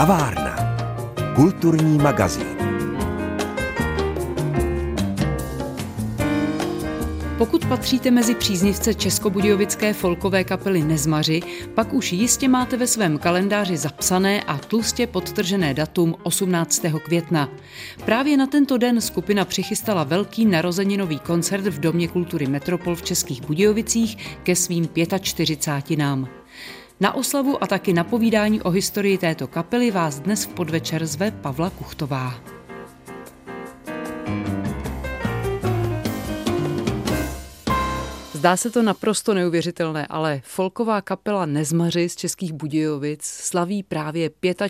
Kavárna. Kulturní magazín. Pokud patříte mezi příznivce českobudějovické folkové kapely Nezmaři, pak už jistě máte ve svém kalendáři zapsané a tlustě podtržené datum 18. května. Právě na tento den skupina přichystala velký narozeninový koncert v Domě kultury Metropol v Českých Budějovicích ke svým 45. Na oslavu a taky na povídání o historii této kapely vás dnes v podvečer zve Pavla Kuchtová. Zdá se to naprosto neuvěřitelné, ale folková kapela Nezmaři z Českých Budějovic slaví právě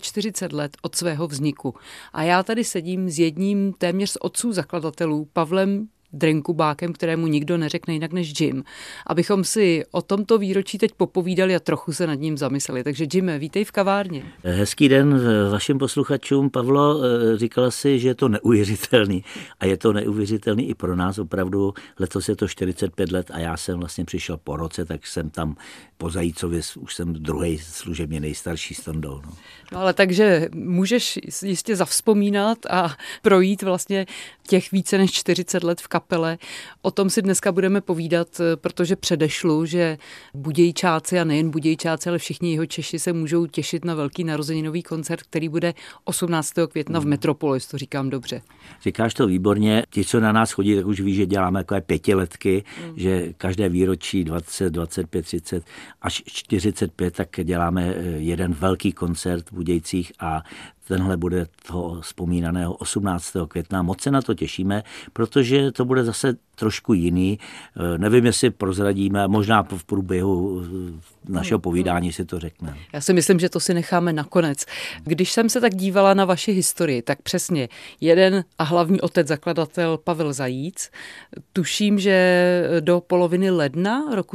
45 let od svého vzniku. A já tady sedím s jedním téměř z otců zakladatelů, Pavlem Drenkubákem, kterému nikdo neřekne jinak než Jim. Abychom si o tomto výročí teď popovídali a trochu se nad ním zamysleli. Takže Jime, vítej v kavárně. Hezký den vašim posluchačům. Pavlo, říkala si, že je to neuvěřitelný. A je to neuvěřitelný i pro nás. Opravdu letos je to 45 let a já jsem vlastně přišel po roce, tak jsem tam po Zajícově, už jsem druhý služebně nejstarší s Tondou. No ale takže můžeš jistě zavzpomínat a projít vlastně těch více než 40 let v kapele. O tom si dneska budeme povídat, protože předešlu, že Budějčáci a nejen Budějčáci, ale všichni jeho Češi se můžou těšit na velký narozeninový koncert, který bude 18. května v Metropolu, jestli to říkám dobře. Říkáš to výborně. Ti, co na nás chodí, tak už ví, že děláme takové pětiletky, že každé výročí 20, 25, 30 až 45, tak děláme jeden velký koncert v Budějcích a tenhle bude toho vzpomínaného 18. května. Moc se na to těšíme, protože to bude zase trošku jiný. Nevím, jestli prozradíme, možná v průběhu našeho povídání si to řekneme. Já si myslím, že to si necháme nakonec. Když jsem se tak dívala na vaši historii, tak přesně jeden a hlavní otec zakladatel Pavel Zajíc. Tuším, že do poloviny ledna roku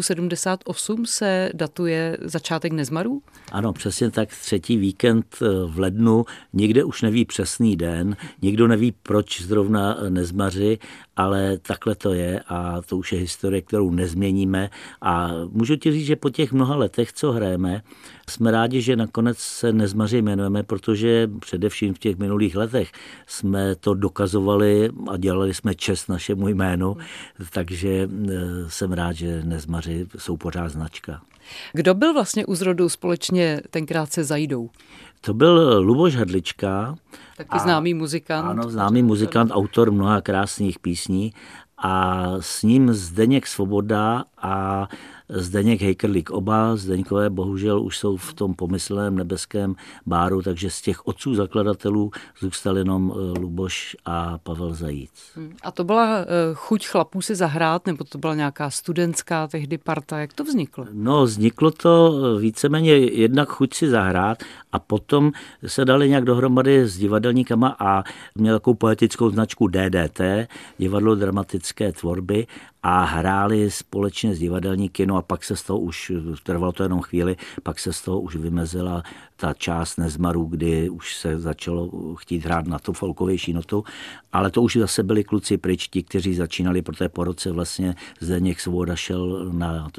78 se datuje začátek Nezmarů? Ano, přesně tak, třetí víkend v lednu. Nikde už neví přesný den, nikdo neví, proč zrovna Nezmaři, ale takhle to je a to už je historie, kterou nezměníme. A můžu ti říct, že po těch mnoha letech, co hrajeme, jsme rádi, že nakonec se Nezmaři jmenujeme, protože především v těch minulých letech jsme to dokazovali a dělali jsme čest našemu jménu, takže jsem rád, že Nezmaři jsou pořád značka. Kdo byl vlastně u zrodu společně tenkrát se Zajdou? To byl Luboš Hrdlička. Taky známý muzikant. Ano, známý muzikant, autor mnoha krásných písní a s ním Zdeněk Svoboda a Zdeněk Hejkrlík. Oba Zdeňkové bohužel už jsou v tom pomyslném nebeském báru, takže z těch otců zakladatelů zůstal jenom Luboš a Pavel Zajíc. A to byla chuť chlapů si zahrát, nebo to byla nějaká studentská tehdy parta? Jak to vzniklo? No, vzniklo to víceméně jednak chuť si zahrát a potom se dali nějak dohromady s divadelníkama a měl takovou poetickou značku DDT, divadlo dramatické tvorby, a hráli společně s divadelníky, no a pak se z toho už, trvalo to jenom chvíli, pak se z toho už vymezila ta část Nezmarů, kdy už se začalo chtít hrát na tu folkovější notu, ale to už zase byli kluci pryč, ti, kteří začínali, protože po roce vlastně Zdeněk Svoboda šel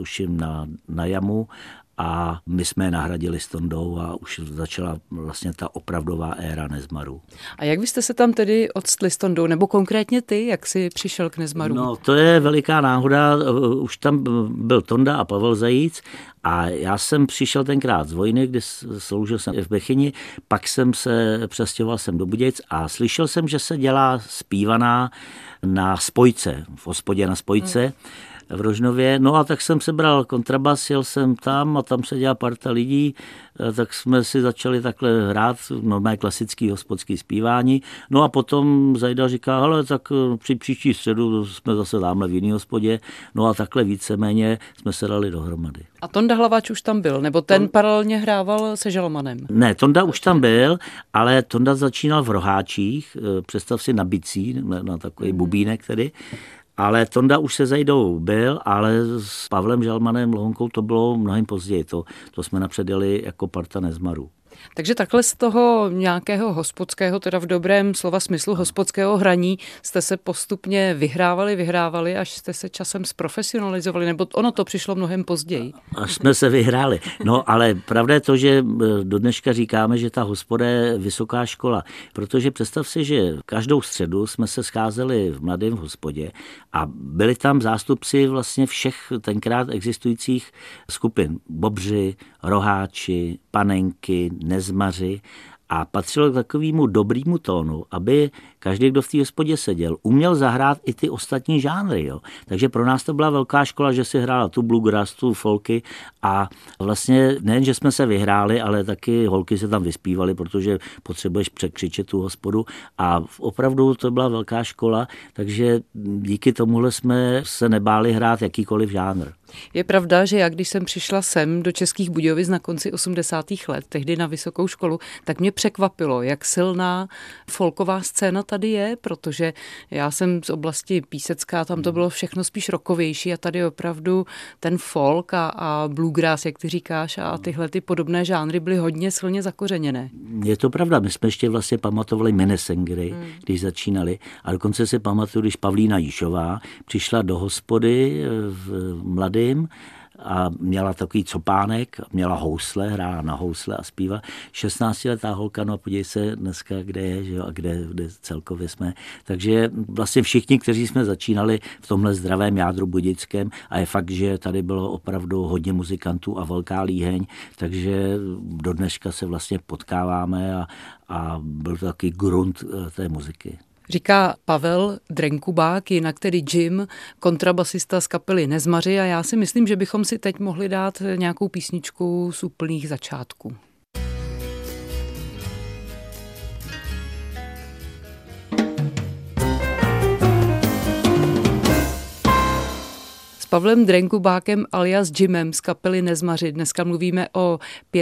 na jamu a my jsme je nahradili s Tondou a už začala vlastně ta opravdová éra Nezmarů. A jak byste se tam tedy odstli s Tondou, nebo konkrétně ty, jak jsi přišel k Nezmarům? No, to je veliká náhoda, už tam byl Tonda a Pavel Zajíc a já jsem přišel tenkrát z vojny, kdy sloužil jsem v Bechyni, pak jsem se přestěhoval jsem do Budějic a slyšel jsem, že se dělá zpívaná na Spojce, v hospodě na Spojce, v Rožnově. No a tak jsem sebral kontrabas, jel jsem tam a tam se dělá parta lidí, tak jsme si začali takhle hrát normálně klasický hospodský zpívání. No a potom Zajda říká, hele, tak při příští středu jsme zase tamhle v jiný hospodě. No a takhle víceméně jsme se dali dohromady. A Tonda Hlaváč už tam byl, nebo ten paralelně hrával se Žalmanem? Ne, Tonda už tam byl, ale Tonda začínal v Roháčích, představ si na bicí, na takový bubínek tedy. Ale Tonda už se Zajdou byl, ale s Pavlem Žalmanem Lohonkou to bylo mnohem později. To jsme napřed jeli jako parta Nezmarů. Takže takhle z toho nějakého hospodského, teda v dobrém slova smyslu hospodského hraní, jste se postupně vyhrávali, až jste se časem zprofesionalizovali, nebo ono to přišlo mnohem později? Až jsme se vyhráli. No, ale pravda je to, že do dneška říkáme, že ta hospoda je vysoká škola, protože představ si, že každou středu jsme se scházeli v Mladém v hospodě a byli tam zástupci vlastně všech tenkrát existujících skupin. Bobři, roháči, panenky, nezmaři a patřilo k takovému dobrýmu tónu, aby každý, kdo v té hospodě seděl, uměl zahrát i ty ostatní žánry. Jo. Takže pro nás to byla velká škola, že si hrála tu bluegrass, tu folky a vlastně nejen, že jsme se vyhráli, ale taky holky se tam vyspívaly, protože potřebuješ překřičet tu hospodu a opravdu to byla velká škola, takže díky tomuhle jsme se nebáli hrát jakýkoliv žánr. Je pravda, že já, když jsem přišla sem do Českých Budějovic na konci 80. let, tehdy na vysokou školu, tak mě překvapilo, jak silná folková scéna tady je, protože já jsem z oblasti Písecká, tam to bylo všechno spíš rockovější a tady opravdu ten folk a bluegrass, jak ty říkáš, a tyhle ty podobné žánry byly hodně silně zakořeněné. Je to pravda, my jsme ještě vlastně pamatovali Minnesengry, když začínali a dokonce si pamatuju, když Pavlína Jíšová přišla do hospody v Mladém a měla takový copánek, měla housle, hrála na housle a zpívala. 16letá holka, no a podívej se dneska, kde je, že jo, a kde celkově jsme. Takže vlastně všichni, kteří jsme začínali v tomhle zdravém jádru budějickém a je fakt, že tady bylo opravdu hodně muzikantů a velká líheň, takže do dneška se vlastně potkáváme a byl to takový grunt té muziky. Říká Pavel Drenkubák, jinak tedy Jim, kontrabasista z kapely Nezmaři a já si myslím, že bychom si teď mohli dát nějakou písničku z úplných začátků. Pavlem Drenkubákem alias Jimem z kapely Nezmaři. Dneska mluvíme o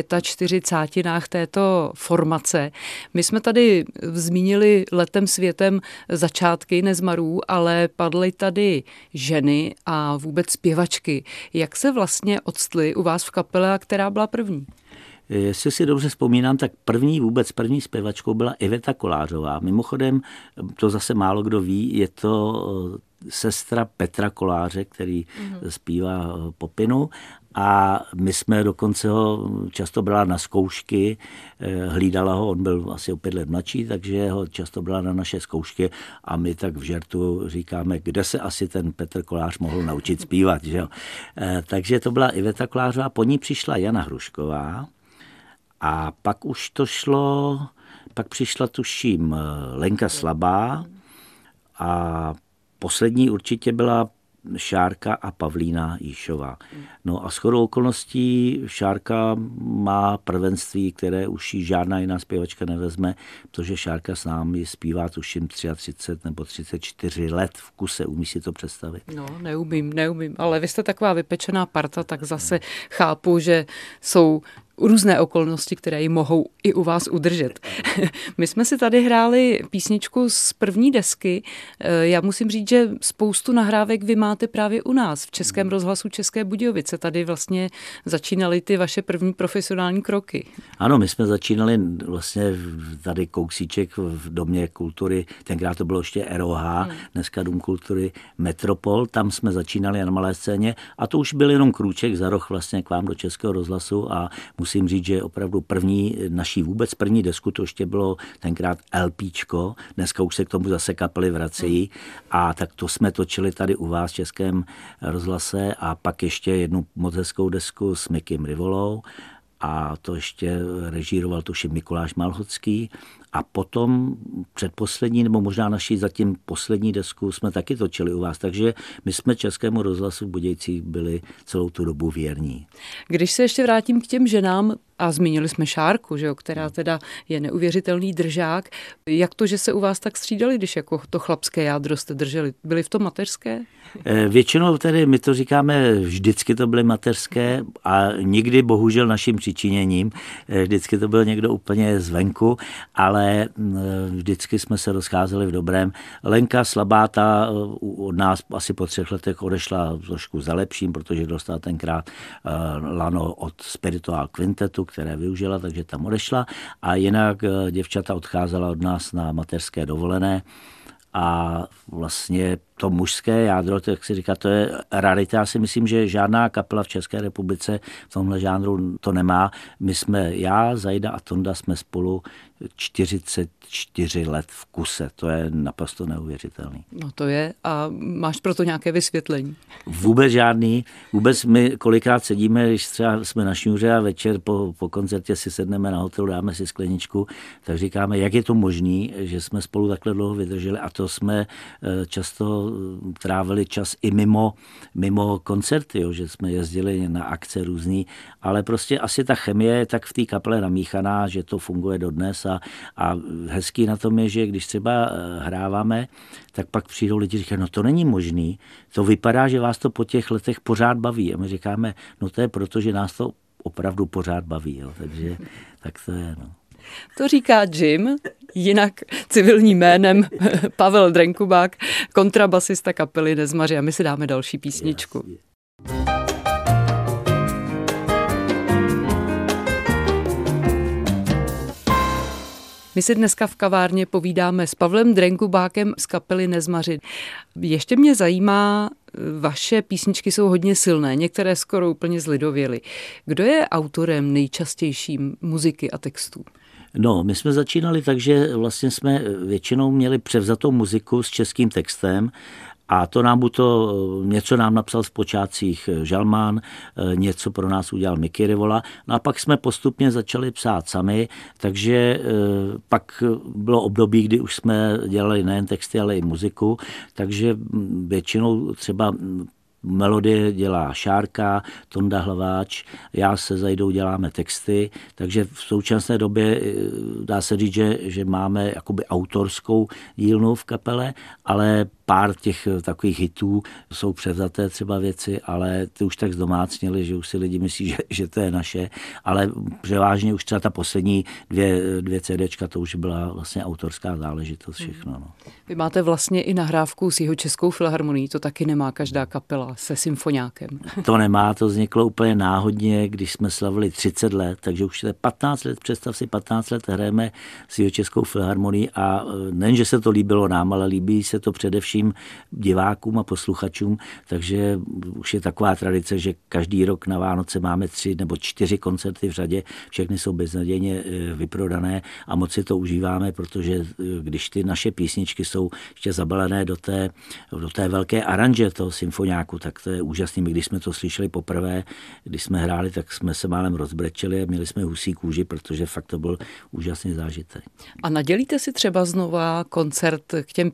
45 této formace. My jsme tady zmínili letem světem začátky Nezmarů, ale padly tady ženy a vůbec zpěvačky. Jak se vlastně odstly u vás v kapele, která byla první? Jestli si dobře vzpomínám, tak první zpěvačkou byla Iveta Kolářová. Mimochodem, to zase málo kdo ví, je to sestra Petra Koláře, který zpívá Popinu a my jsme dokonce ho často brala na zkoušky, hlídala ho, on byl asi o 5 let mladší, takže ho často brala na naše zkoušky a my tak v žertu říkáme, kde se asi ten Petr Kolář mohl naučit zpívat. Že jo? Takže to byla Iveta Kolářová, po ní přišla Jana Hrušková a pak už to šlo, pak přišla tuším Lenka Slabá a poslední určitě byla Šárka a Pavlína Jíšová. No a shodou okolností Šárka má prvenství, které už jí žádná jiná zpěvačka nevezme, protože Šárka s námi zpívá tuším 33 nebo 34 let v kuse, umí si to představit? No, neumím, ale vy jste taková vypečená parta, tak zase chápu, že jsou různé okolnosti, které ji mohou i u vás udržet. My jsme si tady hráli písničku z první desky. Já musím říct, že spoustu nahrávek vy máte právě u nás, v Českém rozhlasu České Budějovice. Tady vlastně začínaly ty vaše první profesionální kroky. Ano, my jsme začínali vlastně tady kousíček v Domě kultury, tenkrát to bylo ještě ROH, dneska Dům kultury Metropol, tam jsme začínali na malé scéně a to už byl jenom krůček za roh vlastně k vám do Českého rozhlasu a musím říct, že opravdu naší vůbec první desku, to ještě bylo tenkrát LPčko, dneska už se k tomu zase kapely vracejí a tak to jsme točili tady u vás v Českém rozhlase a pak ještě jednu moc hezkou desku s Mikim Rivolou a to ještě režíroval tuším Mikuláš Malhocký a potom předposlední, nebo možná naši zatím poslední desku jsme taky točili u vás, takže my jsme Českému rozhlasu v Budějcích byli celou tu dobu věrní. Když se ještě vrátím k těm ženám, a zmínili jsme Šárku, že jo, která teda je neuvěřitelný držák, jak to, že se u vás tak střídali, když jako to chlapské jádro jste drželi? Byly v tom mateřské? Většinou tedy, my to říkáme, vždycky to byly mateřské a nikdy bohužel naším přičiněním, vždycky to byl někdo úplně zvenku, ale vždycky jsme se rozcházeli v dobrém. Lenka Slabáta od nás asi po 3 letech odešla trošku za lepším, protože dostala tenkrát lano od Spiritual Quintetu, které využila, takže tam odešla a jinak děvčata odcházela od nás na mateřské dovolené a vlastně to mužské jádro, to, jak se říká, to je rarita. Já si myslím, že žádná kapela v České republice v tomhle žánru to nemá. My jsme, já, Zajda a Tonda jsme spolu 44 let v kuse. To je naprosto neuvěřitelný. No to je. A máš pro to nějaké vysvětlení? Vůbec žádný. Vůbec my kolikrát sedíme, když třeba jsme na šňůře a večer po koncertě si sedneme na hotelu, dáme si skleničku, tak říkáme, jak je to možné, že jsme spolu takhle dlouho vydrželi a to jsme často trávili čas i mimo koncerty, jo, že jsme jezdili na akce různý, ale prostě asi ta chemie je tak v té kapele namíchaná, že to funguje dodnes a hezký na tom je, že když třeba hráváme, tak pak přijdou lidi a říkají, no to není možný, to vypadá, že vás to po těch letech pořád baví a my říkáme, no to je proto, že nás to opravdu pořád baví, jo, takže tak to je, no. To říká Jim, jinak civilním jménem Pavel Drenkubák, kontrabasista kapely Nezmaři a my si dáme další písničku. My si dneska v kavárně povídáme s Pavlem Drenkubákem z kapely Nezmaři. Ještě mě zajímá, vaše písničky jsou hodně silné, některé skoro úplně zlidověly. Kdo je autorem nejčastějším muziky a textů? No, my jsme začínali tak, že vlastně jsme většinou měli převzatou muziku s českým textem a to nám něco nám napsal v počátcích Žalman, něco pro nás udělal Mickey Rivola, no a pak jsme postupně začali psát sami, takže pak bylo období, kdy už jsme dělali nejen texty, ale i muziku, takže většinou třeba melodie dělá Šárka, Tonda Hlaváč, já se Zajdou děláme texty, takže v současné době dá se říct, že máme jakoby autorskou dílnu v kapele, ale pár těch takových hitů jsou převzaté třeba věci, ale ty už tak zdomácněly, že už si lidi myslí, že to je naše, ale převážně už třeba ta poslední dvě CDčka, to už byla vlastně autorská záležitost všechno. No. Vy máte vlastně i nahrávku s Jihočeskou filharmonií, to taky nemá každá kapela se symfoniákem. To nemá, to vzniklo úplně náhodně, když jsme slavili 30 let, takže už je 15 let, představ si 15 let hrajeme s Jihočeskou filharmonií a nejen, že se to líbilo nám, ale líbí se to především divákům a posluchačům, takže už je taková tradice, že každý rok na Vánoce máme 3 nebo 4 koncerty v řadě, všechny jsou beznadějně vyprodané a moc si to užíváme, protože když ty naše písničky jsou ještě zabalené do té velké aranže toho symfoniáku, tak to je úžasný. My když jsme to slyšeli poprvé, když jsme hráli, tak jsme se málem rozbrečeli a měli jsme husí kůži, protože fakt to byl úžasný zážitek. A nadělíte si třeba znova koncert k těm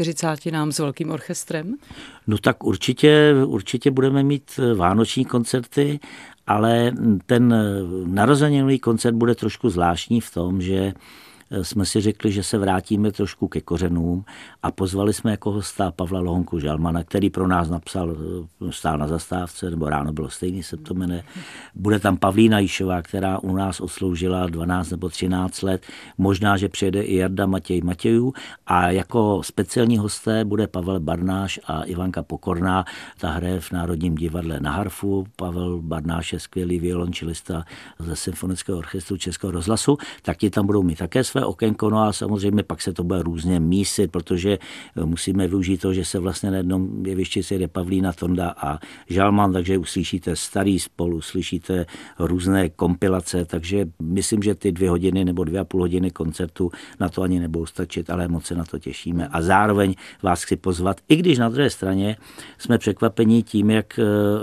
45 s velkým orchestrem? No tak určitě budeme mít vánoční koncerty, ale ten narozeninový koncert bude trošku zvláštní v tom, že jsme si řekli, že se vrátíme trošku ke kořenům a pozvali jsme jako hosta Pavla Lohonku Žalmana, který pro nás napsal Stál na zastávce, nebo Ráno bylo stejný, se to jmenuje. Bude tam Pavlína Jišová, která u nás odsloužila 12 nebo 13 let. Možná, že přijede i Jarda Matějů a jako speciální hosté bude Pavel Barnáš a Ivanka Pokorná. Ta hraje v Národním divadle na harfu. Pavel Barnáš je skvělý violončelista ze Symfonického orchestru Českého rozhlasu, tak ti tam budou mít také své okénko, no a samozřejmě pak se to bude různě mísit, protože musíme využít to, že se vlastně na jednom jevišti se jde Pavlína, Tonda a Žalman, takže uslyšíte starý spolu, slyšíte různé kompilace, takže myslím, že ty 2 hodiny nebo 2,5 hodiny koncertu na to ani nebudou stačit, ale moc se na to těšíme a zároveň vás chci pozvat, i když na druhé straně jsme překvapení tím, jak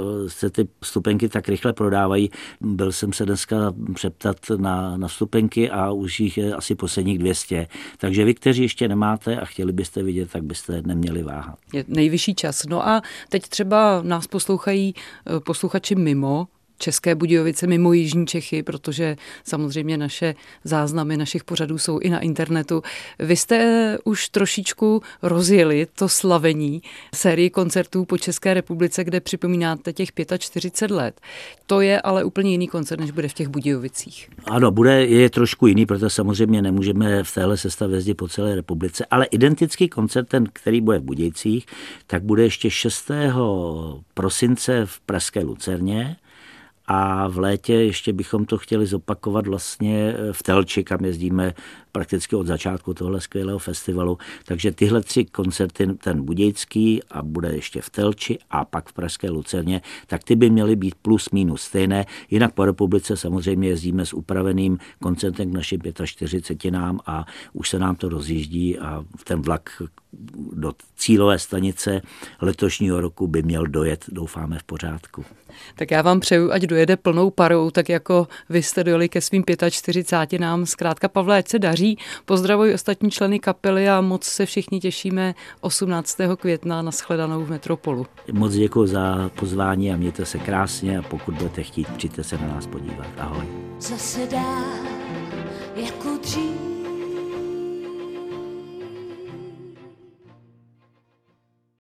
se ty vstupenky tak rychle prodávají. Byl jsem se dneska přeptat na vstupenky a už jich je asi posledních 200. Takže vy, kteří ještě nemáte a chtěli byste vidět, tak byste neměli váhat. Je nejvyšší čas. No a teď třeba nás poslouchají posluchači mimo České Budějovice, mimo jižní Čechy, protože samozřejmě naše záznamy našich pořadů jsou i na internetu. Vy jste už trošičku rozjeli to slavení sérii koncertů po České republice, kde připomínáte těch 45 let. To je ale úplně jiný koncert, než bude v těch Budějovicích. Ano, je trošku jiný, protože samozřejmě nemůžeme v téhle sestavě jezdit po celé republice, ale identický koncert, ten, který bude v Budějcích, tak bude ještě 6. prosince v pražské Lucerně. a v létě ještě bychom to chtěli zopakovat vlastně v Telči, kam jezdíme prakticky od začátku tohle skvělého festivalu. Takže tyhle 3 koncerty, ten budějický a bude ještě v Telči a pak v pražské Lucerně, tak ty by měly být plus minus stejné. Jinak po republice samozřejmě jezdíme s upraveným koncertem k našim 45 a už se nám to rozjíždí a ten vlak do cílové stanice letošního roku by měl dojet, doufáme, v pořádku. Tak já vám přeju, ať dojede plnou parou, tak jako vy jste dojeli ke svým 45. Zkrátka, Pavle, ať se daří. Pozdravuji ostatní členy kapely a moc se všichni těšíme 18. května na shledanou v Metropolu. Moc děkuji za pozvání a mějte se krásně a pokud budete chtít, přijďte se na nás podívat. Ahoj. Zase dá jako dřív.